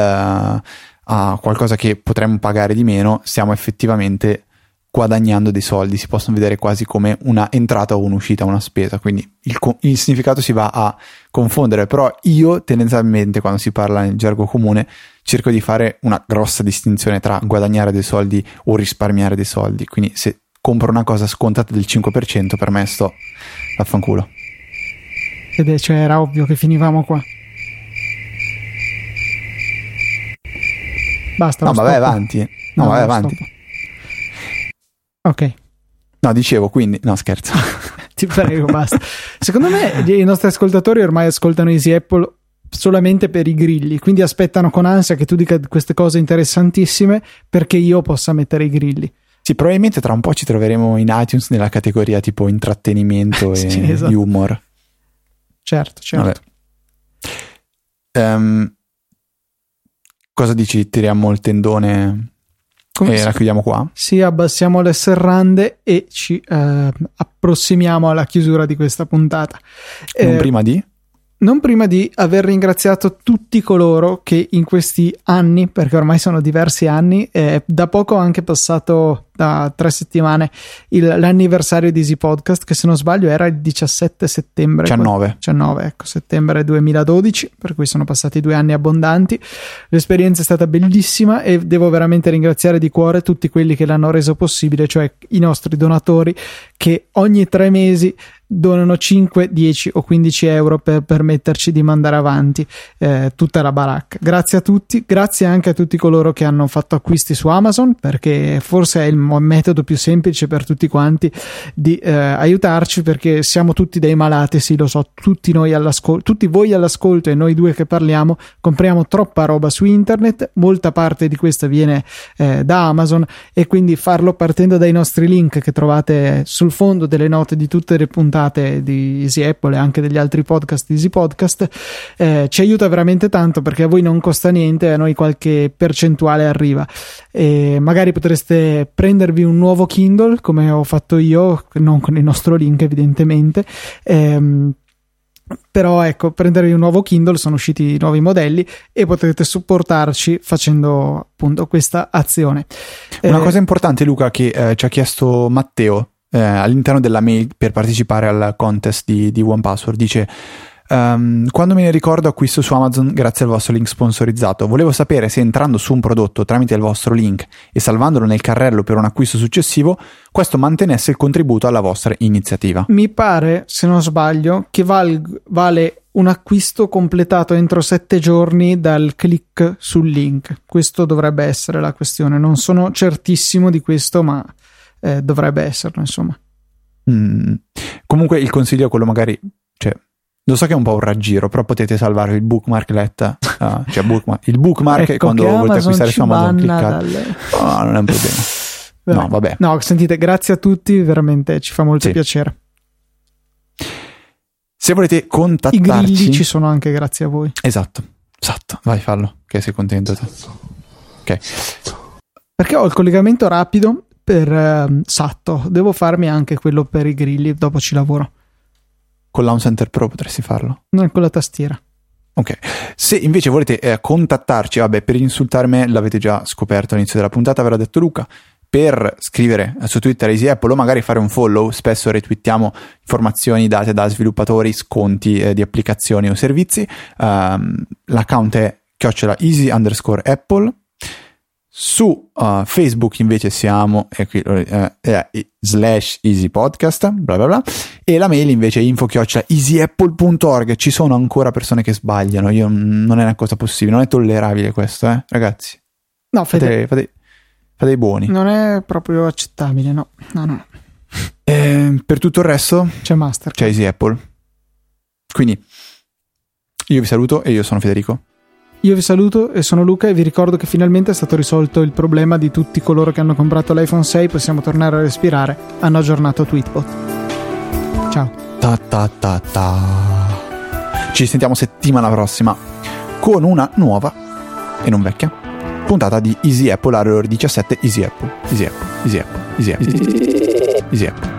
a qualcosa che potremmo pagare di meno, stiamo effettivamente guadagnando dei soldi. Si possono vedere quasi come una entrata o un'uscita, una spesa, quindi il significato si va a confondere. Però io tendenzialmente, quando si parla nel gergo comune, cerco di fare una grossa distinzione tra guadagnare dei soldi o risparmiare dei soldi. Quindi se compro una cosa scontata del 5%, per me sto vaffanculo. Cioè era ovvio che finivamo qua. Basta. No, ma vai avanti. No, vai avanti. Ok. No, dicevo, quindi no, scherzo. Ti prego, basta. Secondo me i nostri ascoltatori ormai ascoltano Easy Apple solamente per i grilli, quindi aspettano con ansia che tu dica queste cose interessantissime perché io possa mettere i grilli. Sì, probabilmente tra un po' ci troveremo in iTunes nella categoria tipo intrattenimento sì, e esatto. humor. Certo. Cosa dici? Tiriamo il tendone e la chiudiamo qua? Sì, abbassiamo le serrande e ci approssimiamo alla chiusura di questa puntata. Non prima di? Non prima di aver ringraziato tutti coloro che in questi anni, perché ormai sono diversi anni, da poco anche passato, da 3 settimane, l'anniversario di Easy Podcast, che se non sbaglio era il 17 settembre. 19, ecco, settembre 2012, per cui sono passati 2 anni abbondanti. L'esperienza è stata bellissima e devo veramente ringraziare di cuore tutti quelli che l'hanno reso possibile, cioè i nostri donatori che ogni 3 mesi donano 5, 10 o 15 euro per permetterci di mandare avanti tutta la baracca. Grazie a tutti, grazie anche a tutti coloro che hanno fatto acquisti su Amazon, perché forse è il metodo più semplice per tutti quanti di aiutarci, perché siamo tutti dei malati, sì lo so, tutti noi all'ascolto, tutti voi all'ascolto e noi due che parliamo compriamo troppa roba su internet, molta parte di questa viene da Amazon, e quindi farlo partendo dai nostri link che trovate sul fondo delle note di tutte le puntate di Easy Apple e anche degli altri podcast di Easy Podcast ci aiuta veramente tanto, perché a voi non costa niente, a noi qualche percentuale arriva, e magari potreste prendervi un nuovo Kindle come ho fatto io, non con il nostro link evidentemente, però ecco, prendervi un nuovo Kindle, sono usciti nuovi modelli e potete supportarci facendo appunto questa azione. Una cosa importante, Luca, che ci ha chiesto Matteo all'interno della mail per partecipare al contest di OnePassword, dice: quando me ne ricordo acquisto su Amazon grazie al vostro link sponsorizzato. Volevo sapere se entrando su un prodotto tramite il vostro link e salvandolo nel carrello per un acquisto successivo, questo mantenesse il contributo alla vostra iniziativa. Mi pare, se non sbaglio, che vale un acquisto completato entro 7 giorni dal click sul link. Questo dovrebbe essere la questione. Non sono certissimo di questo, ma dovrebbe esserlo, insomma. Comunque il consiglio è quello, magari, cioè, lo so che è un po' un raggiro, però potete salvare il bookmarklet, cioè il bookmark, ecco, quando volete acquistare su Amazon, cliccate. No, non è un problema. No, vabbè. No, sentite, grazie a tutti, veramente ci fa molto piacere. Se volete contattarci, i grilli ci sono anche grazie a voi. Esatto, vai, fallo, che sei contento te. Ok. Perché ho il collegamento rapido per Satto, devo farmi anche quello per i grilli, dopo ci lavoro. Con l'Home Center Pro potresti farlo? Non con la tastiera. Ok. Se invece volete contattarci, vabbè, per insultare me l'avete già scoperto all'inizio della puntata, ve l'ha detto Luca. Per scrivere su Twitter Easy Apple o magari fare un follow, spesso retweetiamo informazioni date da sviluppatori, sconti di applicazioni o servizi. L'account è @easy_apple. Su Facebook invece siamo /Easy Podcast, bla bla bla, e la mail invece è info@easyapple.org. Ci sono ancora persone che sbagliano, non è una cosa possibile, non è tollerabile questo, ragazzi. No, fate i buoni. Non è proprio accettabile, no. Per tutto il resto c'è Master, c'è Easy Apple. Quindi io vi saluto e io sono Federico. Io vi saluto e sono Luca, e vi ricordo che finalmente è stato risolto il problema di tutti coloro che hanno comprato l'iPhone 6. Possiamo tornare a respirare. Hanno aggiornato Tweetbot. Ciao. Ci sentiamo settimana prossima con una nuova e non vecchia puntata di Easy Apple alle ore 17. Easy Apple.